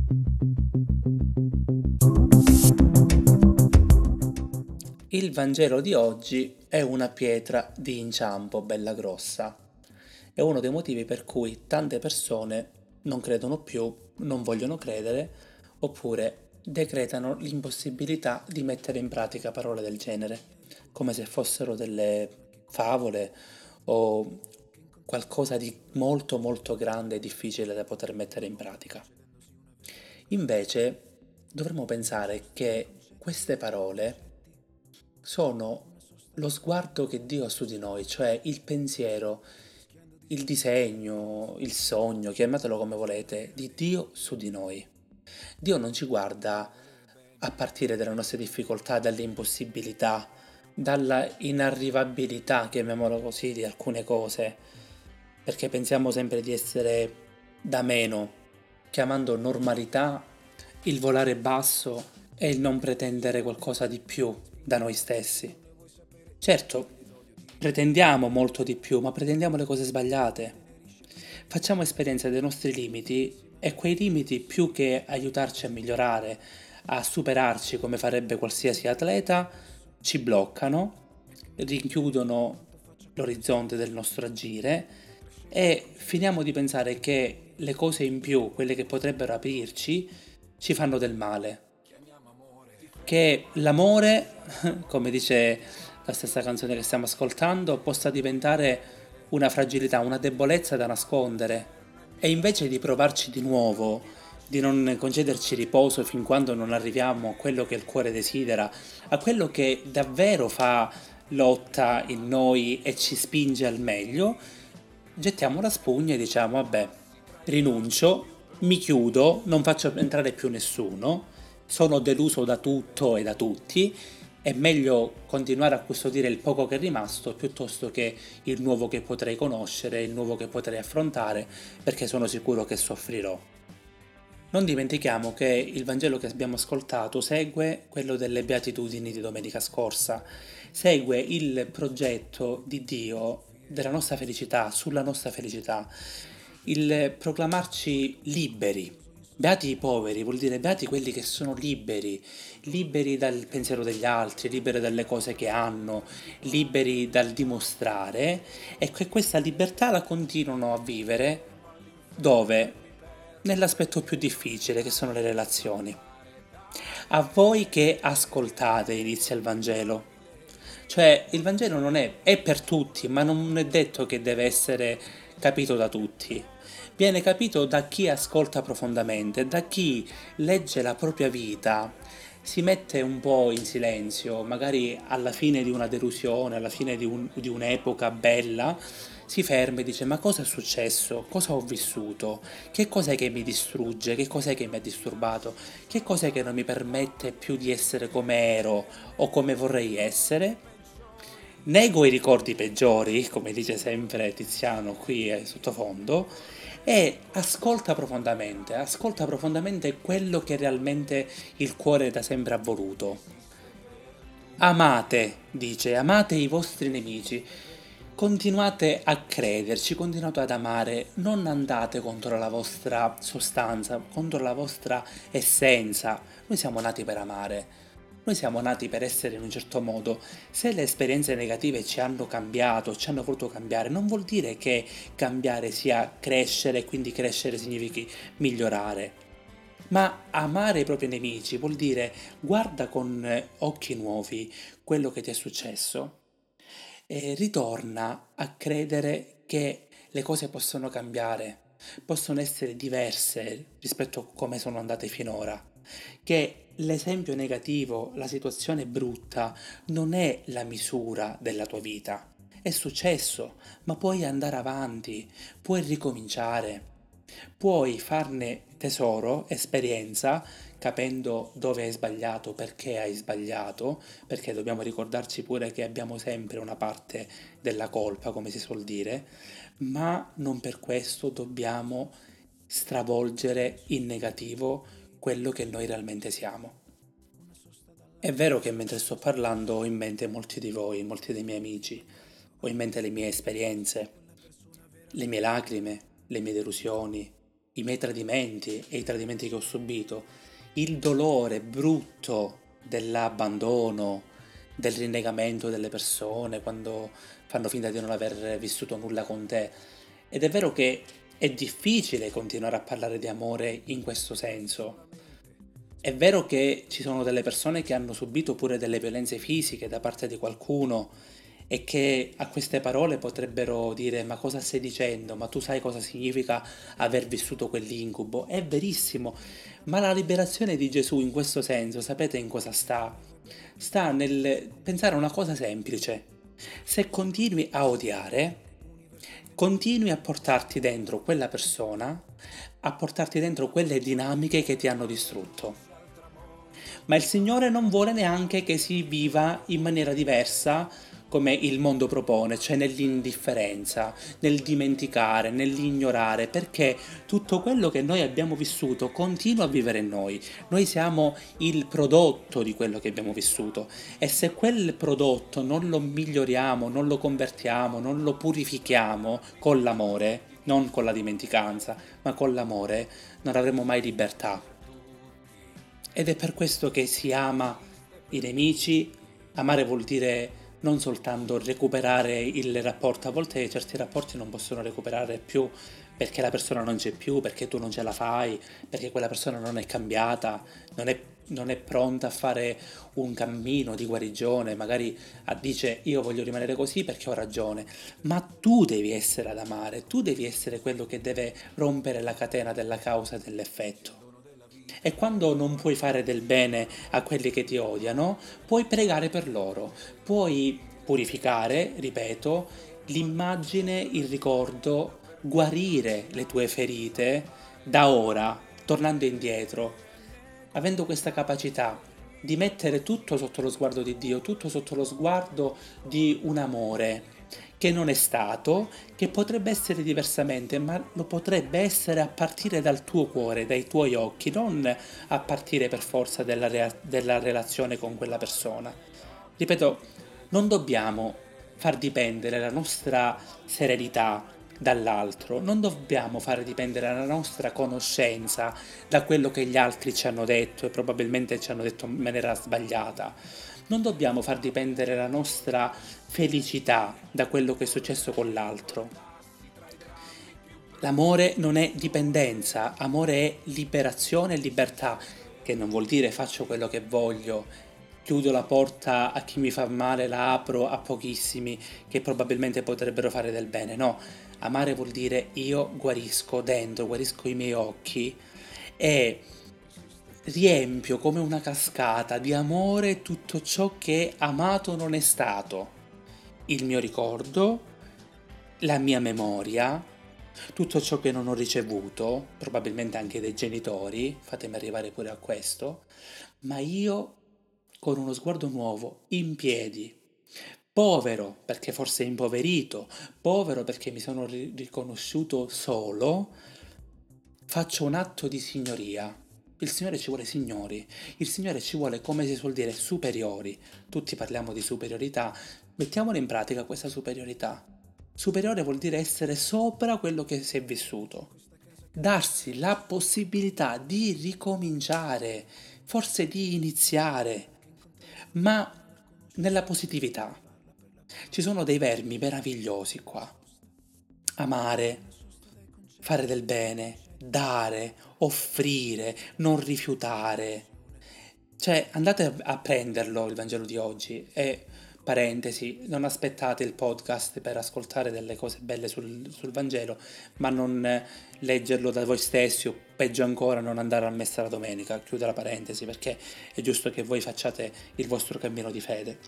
Il Vangelo di oggi è una pietra di inciampo bella grossa. È uno dei motivi per cui tante persone non credono più, non vogliono credere, oppure decretano l'impossibilità di mettere in pratica parole del genere, come se fossero delle favole o qualcosa di molto molto grande e difficile da poter mettere in pratica. Invece dovremmo pensare che queste parole sono lo sguardo che Dio ha su di noi, cioè il pensiero, il disegno, il sogno, chiamatelo come volete, di Dio su di noi. Dio non ci guarda a partire dalle nostre difficoltà, dalle impossibilità, dalla inarrivabilità, chiamiamolo così, di alcune cose, perché pensiamo sempre di essere da meno, chiamando normalità il volare basso e il non pretendere qualcosa di più da noi stessi. Certo, pretendiamo molto di più, ma pretendiamo le cose sbagliate. Facciamo esperienza dei nostri limiti e quei limiti, più che aiutarci a migliorare, a superarci come farebbe qualsiasi atleta, ci bloccano, rinchiudono l'orizzonte del nostro agire e finiamo di pensare che le cose in più, quelle che potrebbero aprirci, ci fanno del male. Che l'amore, come dice la stessa canzone che stiamo ascoltando, possa diventare una fragilità, una debolezza da nascondere. E invece di provarci di nuovo, di non concederci riposo fin quando non arriviamo a quello che il cuore desidera, a quello che davvero fa lotta in noi e ci spinge al meglio, gettiamo la spugna e diciamo, vabbè, rinuncio, mi chiudo, non faccio entrare più nessuno, sono deluso da tutto e da tutti, è meglio continuare a custodire il poco che è rimasto piuttosto che il nuovo che potrei conoscere, il nuovo che potrei affrontare, perché sono sicuro che soffrirò. Non dimentichiamo che il Vangelo che abbiamo ascoltato segue quello delle beatitudini di domenica scorsa, segue il progetto di Dio della nostra felicità, sulla nostra felicità, il proclamarci liberi. Beati i poveri vuol dire beati quelli che sono liberi, liberi dal pensiero degli altri, liberi dalle cose che hanno, liberi dal dimostrare e che questa libertà la continuano a vivere dove? Nell'aspetto più difficile che sono le relazioni. A voi che ascoltate inizia il Vangelo. Cioè, il Vangelo non è per tutti, ma non è detto che deve essere capito da tutti. Viene capito da chi ascolta profondamente, da chi legge la propria vita, si mette un po' in silenzio, magari alla fine di una delusione, alla fine di un'epoca bella, si ferma e dice: ma cosa è successo? Cosa ho vissuto? Che cos'è che mi distrugge? Che cos'è che mi ha disturbato? Che cos'è che non mi permette più di essere come ero o come vorrei essere? Nego i ricordi peggiori, come dice sempre Tiziano qui sottofondo, e ascolta profondamente quello che realmente il cuore da sempre ha voluto. Amate, dice, amate i vostri nemici. Continuate a crederci, continuate ad amare, non andate contro la vostra sostanza, contro la vostra essenza. Noi siamo nati per amare, noi siamo nati per essere in un certo modo. Se le esperienze negative ci hanno cambiato, ci hanno voluto cambiare, non vuol dire che cambiare sia crescere e quindi crescere significhi migliorare. Ma amare i propri nemici vuol dire guarda con occhi nuovi quello che ti è successo e ritorna a credere che le cose possono cambiare, possono essere diverse rispetto a come sono andate finora, che l'esempio negativo, la situazione brutta non è la misura della tua vita. È successo, ma puoi andare avanti, puoi ricominciare. Puoi farne tesoro, esperienza, capendo dove hai sbagliato, perché hai sbagliato, perché dobbiamo ricordarci pure che abbiamo sempre una parte della colpa, come si suol dire, ma non per questo dobbiamo stravolgere in negativo quello che noi realmente siamo. È vero che mentre sto parlando ho in mente molti di voi, molti dei miei amici, ho in mente le mie esperienze, le mie lacrime, le mie delusioni, i miei tradimenti e i tradimenti che ho subito, il dolore brutto dell'abbandono, del rinnegamento delle persone quando fanno finta di non aver vissuto nulla con te. Ed è vero che è difficile continuare a parlare di amore in questo senso. È vero che ci sono delle persone che hanno subito pure delle violenze fisiche da parte di qualcuno e che a queste parole potrebbero dire: ma cosa stai dicendo? Ma tu sai cosa significa aver vissuto quell'incubo? È verissimo, ma la liberazione di Gesù in questo senso, sapete in cosa sta? Sta nel pensare a una cosa semplice. Se continui a odiare, continui a portarti dentro quella persona, a portarti dentro quelle dinamiche che ti hanno distrutto. Ma il Signore non vuole neanche che si viva in maniera diversa come il mondo propone, cioè nell'indifferenza, nel dimenticare, nell'ignorare, perché tutto quello che noi abbiamo vissuto continua a vivere in noi. Noi siamo il prodotto di quello che abbiamo vissuto e se quel prodotto non lo miglioriamo, non lo convertiamo, non lo purifichiamo con l'amore, non con la dimenticanza, ma con l'amore, non avremo mai libertà. Ed è per questo che si ama i nemici. Amare vuol dire non soltanto recuperare il rapporto, a volte certi rapporti non possono recuperare più perché la persona non c'è più, perché tu non ce la fai, perché quella persona non è cambiata, non è pronta a fare un cammino di guarigione, magari dice io voglio rimanere così perché ho ragione, ma tu devi essere ad amare, tu devi essere quello che deve rompere la catena della causa e dell'effetto. E quando non puoi fare del bene a quelli che ti odiano, puoi pregare per loro, puoi purificare, ripeto, l'immagine, il ricordo, guarire le tue ferite da ora, tornando indietro, avendo questa capacità di mettere tutto sotto lo sguardo di Dio, tutto sotto lo sguardo di un amore che non è stato, che potrebbe essere diversamente, ma lo potrebbe essere a partire dal tuo cuore, dai tuoi occhi, non a partire per forza della relazione con quella persona. Ripeto, non dobbiamo far dipendere la nostra serenità dall'altro, non dobbiamo fare dipendere la nostra conoscenza da quello che gli altri ci hanno detto e probabilmente ci hanno detto in maniera sbagliata. Non dobbiamo far dipendere la nostra felicità da quello che è successo con l'altro. L'amore non è dipendenza, amore è liberazione e libertà, che non vuol dire faccio quello che voglio, chiudo la porta a chi mi fa male, la apro a pochissimi che probabilmente potrebbero fare del bene. No, amare vuol dire io guarisco dentro, guarisco i miei occhi e riempio come una cascata di amore tutto ciò che amato non è stato. Il mio ricordo, la mia memoria, tutto ciò che non ho ricevuto, probabilmente anche dai genitori, fatemi arrivare pure a questo, ma io con uno sguardo nuovo, in piedi, povero perché forse impoverito, povero perché mi sono riconosciuto solo, faccio un atto di signoria. Il Signore ci vuole signori, il Signore ci vuole, come si suol dire, superiori. Tutti parliamo di superiorità, mettiamola in pratica questa superiorità. Superiore vuol dire essere sopra quello che si è vissuto. Darsi la possibilità di ricominciare, forse di iniziare, ma nella positività. Ci sono dei vermi meravigliosi qua. Amare, fare del bene, dare, offrire, non rifiutare. Cioè, andate a prenderlo il Vangelo di oggi e, parentesi, non aspettate il podcast per ascoltare delle cose belle sul Vangelo, ma non leggerlo da voi stessi o peggio ancora non andare a messa la domenica, chiudo la parentesi perché è giusto che voi facciate il vostro cammino di fede.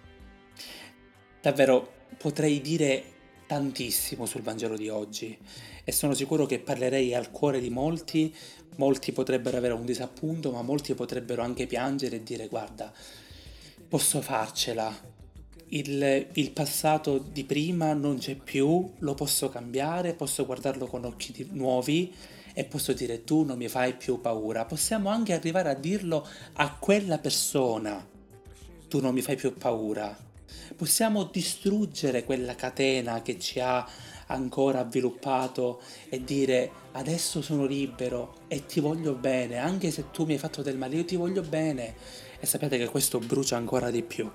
Davvero potrei dire tantissimo sul Vangelo di oggi e sono sicuro che parlerei al cuore di molti, molti potrebbero avere un disappunto, ma molti potrebbero anche piangere e dire guarda, posso farcela, il passato di prima non c'è più, lo posso cambiare, posso guardarlo con occhi nuovi e posso dire tu non mi fai più paura. Possiamo anche arrivare a dirlo a quella persona, tu non mi fai più paura. Possiamo distruggere quella catena che ci ha ancora avviluppato e dire adesso sono libero e ti voglio bene, anche se tu mi hai fatto del male, io ti voglio bene. E sapete che questo brucia ancora di più.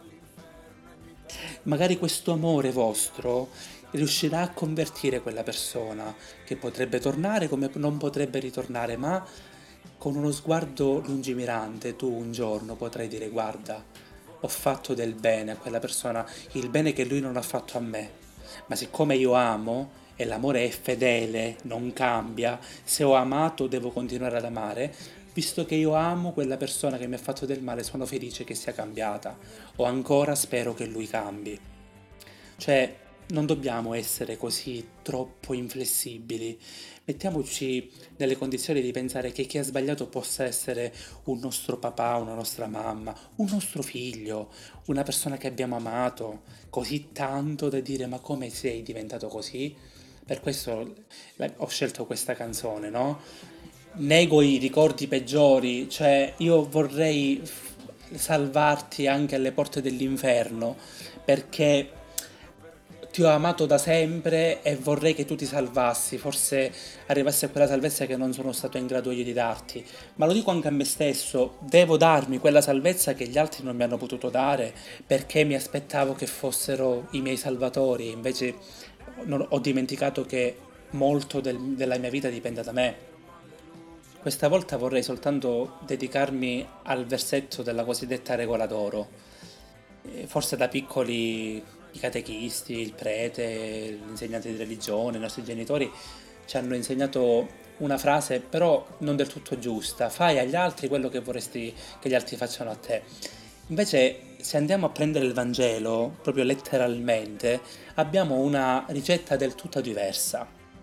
Magari questo amore vostro riuscirà a convertire quella persona che potrebbe tornare come non potrebbe ritornare, ma con uno sguardo lungimirante tu un giorno potrai dire guarda, ho fatto del bene a quella persona, il bene che lui non ha fatto a me, ma siccome io amo e l'amore è fedele, non cambia, se ho amato devo continuare ad amare, visto che io amo quella persona che mi ha fatto del male, sono felice che sia cambiata o ancora spero che lui cambi. Cioè, non dobbiamo essere così troppo inflessibili. Mettiamoci nelle condizioni di pensare che chi ha sbagliato possa essere un nostro papà, una nostra mamma, un nostro figlio, una persona che abbiamo amato così tanto da dire ma come sei diventato così? Per questo ho scelto questa canzone, no? Nego i ricordi peggiori, cioè io vorrei salvarti anche alle porte dell'inferno perché ti ho amato da sempre e vorrei che tu ti salvassi, forse arrivassi a quella salvezza che non sono stato in grado io di darti, ma lo dico anche a me stesso, devo darmi quella salvezza che gli altri non mi hanno potuto dare perché mi aspettavo che fossero i miei salvatori, invece ho dimenticato che molto della mia vita dipende da me. Questa volta vorrei soltanto dedicarmi al versetto della cosiddetta regola d'oro. Forse da piccoli i catechisti, il prete, l'insegnante di religione, i nostri genitori ci hanno insegnato una frase, però non del tutto giusta. Fai agli altri quello che vorresti che gli altri facciano a te. Invece, se andiamo a prendere il Vangelo, proprio letteralmente, abbiamo una ricetta del tutto diversa,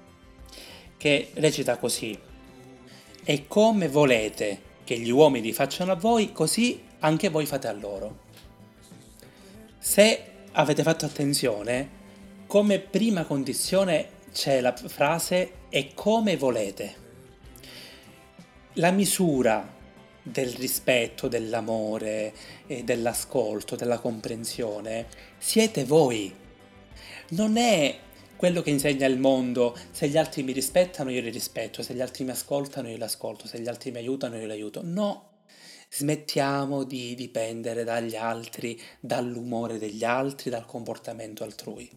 che recita così. E come volete che gli uomini facciano a voi, così anche voi fate a loro. Se avete fatto attenzione, come prima condizione c'è la frase e come volete. La misura del rispetto, dell'amore, dell'ascolto, della comprensione, siete voi. Non è quello che insegna il mondo, se gli altri mi rispettano io li rispetto, se gli altri mi ascoltano io li ascolto, se gli altri mi aiutano io li aiuto. No, smettiamo di dipendere dagli altri, dall'umore degli altri, dal comportamento altrui.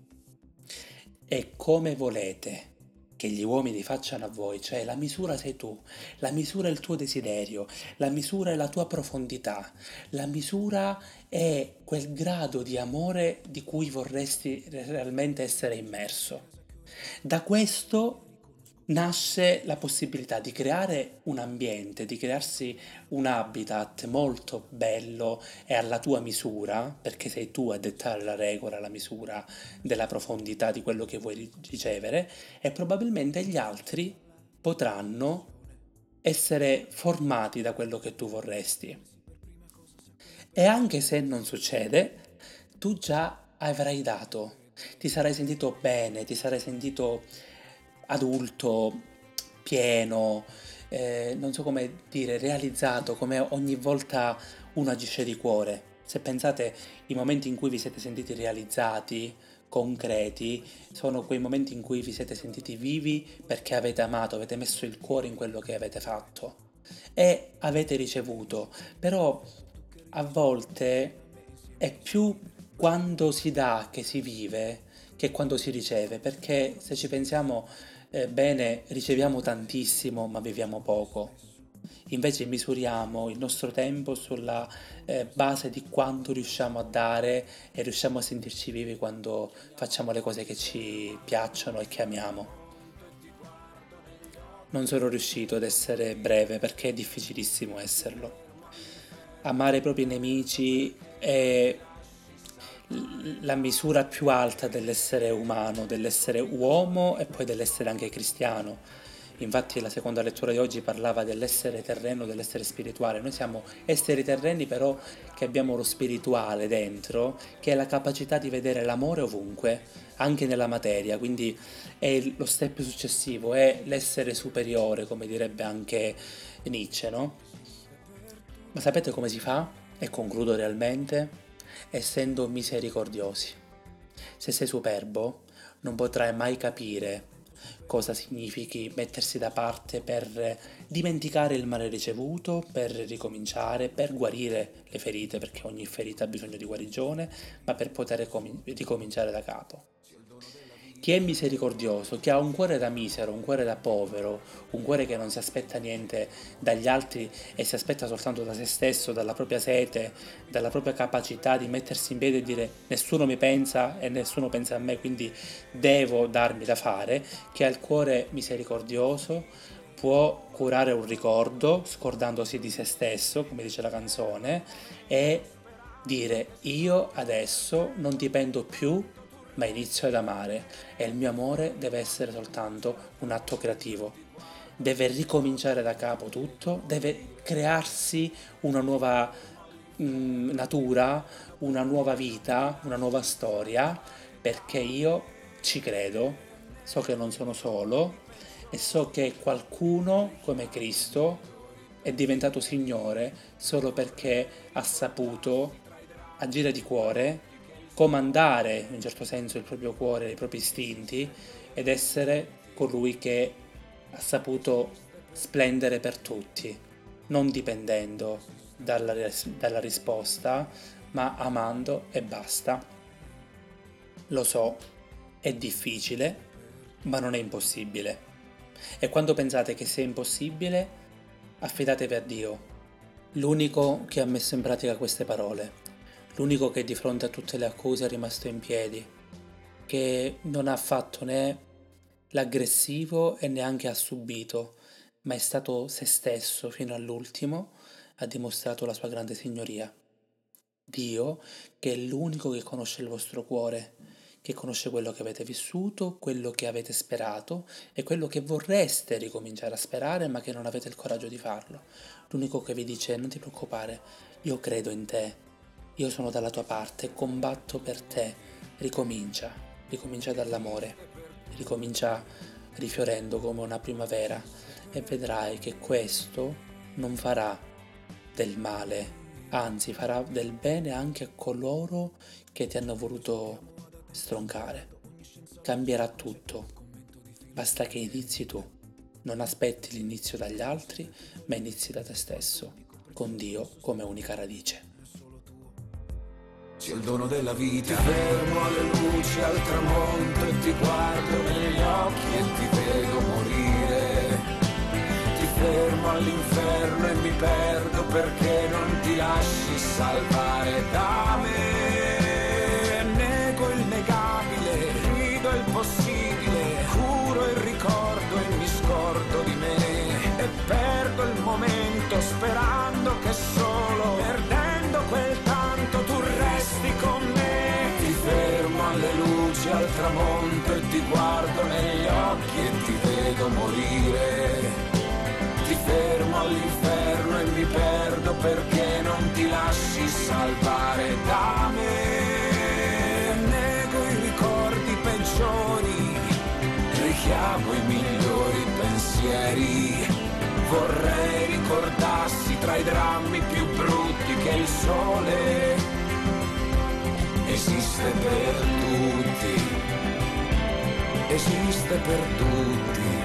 E come volete che gli uomini facciano a voi, cioè la misura sei tu, la misura è il tuo desiderio, la misura è la tua profondità, la misura è quel grado di amore di cui vorresti realmente essere immerso. Da questo nasce la possibilità di creare un ambiente, di crearsi un habitat molto bello e alla tua misura, perché sei tu a dettare la regola, la misura della profondità di quello che vuoi ricevere, e probabilmente gli altri potranno essere formati da quello che tu vorresti. E anche se non succede, tu già avrai dato, ti sarai sentito bene, ti sarai sentito adulto, pieno, non so come dire, realizzato, come ogni volta uno agisce di cuore. Se pensate, i momenti in cui vi siete sentiti realizzati, concreti, sono quei momenti in cui vi siete sentiti vivi perché avete amato, avete messo il cuore in quello che avete fatto e avete ricevuto. Però a volte è più quando si dà che si vive che quando si riceve, perché se ci pensiamo bene, riceviamo tantissimo ma viviamo poco. Invece misuriamo il nostro tempo sulla base di quanto riusciamo a dare e riusciamo a sentirci vivi quando facciamo le cose che ci piacciono e che amiamo. Non sono riuscito ad essere breve perché è difficilissimo esserlo. Amare i propri nemici è la misura più alta dell'essere umano, dell'essere uomo e poi dell'essere anche cristiano. Infatti la seconda lettura di oggi parlava dell'essere terreno, dell'essere spirituale. Noi siamo esseri terreni però che abbiamo lo spirituale dentro, che è la capacità di vedere l'amore ovunque, anche nella materia. Quindi è lo step successivo, è l'essere superiore, come direbbe anche Nietzsche, no? Ma sapete come si fa? E concludo realmente, essendo misericordiosi. Se sei superbo, non potrai mai capire cosa significhi mettersi da parte per dimenticare il male ricevuto, per ricominciare, per guarire le ferite, perché ogni ferita ha bisogno di guarigione, ma per poter ricominciare da capo. Chi è misericordioso, chi ha un cuore da misero, un cuore da povero, un cuore che non si aspetta niente dagli altri e si aspetta soltanto da se stesso, dalla propria sete, dalla propria capacità di mettersi in piedi e dire nessuno mi pensa e nessuno pensa a me, quindi devo darmi da fare, chi ha il cuore misericordioso può curare un ricordo scordandosi di se stesso, come dice la canzone, e dire io adesso non dipendo più ma inizio ad amare e il mio amore deve essere soltanto un atto creativo. Deve ricominciare da capo tutto, deve crearsi una nuova natura, una nuova vita, una nuova storia, perché io ci credo, so che non sono solo e so che qualcuno come Cristo è diventato Signore solo perché ha saputo agire di cuore, comandare in un certo senso il proprio cuore, i propri istinti ed essere colui che ha saputo splendere per tutti, non dipendendo dalla risposta, ma amando e basta. Lo so, è difficile, ma non è impossibile. E quando pensate che sia impossibile, affidatevi a Dio, l'unico che ha messo in pratica queste parole, l'unico che di fronte a tutte le accuse è rimasto in piedi, che non ha fatto né l'aggressivo e neanche ha subito, ma è stato se stesso fino all'ultimo, ha dimostrato la sua grande signoria. Dio, che è l'unico che conosce il vostro cuore, che conosce quello che avete vissuto, quello che avete sperato e quello che vorreste ricominciare a sperare ma che non avete il coraggio di farlo. L'unico che vi dice non ti preoccupare, io credo in te, io sono dalla tua parte, combatto per te, ricomincia, ricomincia dall'amore, ricomincia rifiorendo come una primavera e vedrai che questo non farà del male, anzi farà del bene anche a coloro che ti hanno voluto stroncare. Cambierà tutto, basta che inizi tu. Non aspetti l'inizio dagli altri, ma inizi da te stesso, con Dio come unica radice. C'è il dono della vita. Ti fermo alle luci, al tramonto e ti guardo negli occhi e ti vedo morire. Ti fermo all'inferno e mi perdo perché non ti lasci salvare da me. Nego il negabile, grido il possibile, curo il ricordo e mi scordo di me. E perdo il momento sperando che solo perdendo quel tanto tu resti con me. Ti fermo alle luci, al tramonto e ti guardo negli occhi e ti vedo morire. Ti fermo all'inferno e mi perdo perché non ti lasci salvare da me. Nego i ricordi peggiori, richiamo i migliori pensieri. Vorrei ricordassi tra i drammi più brutti che il sole esiste per tutti, esiste per tutti.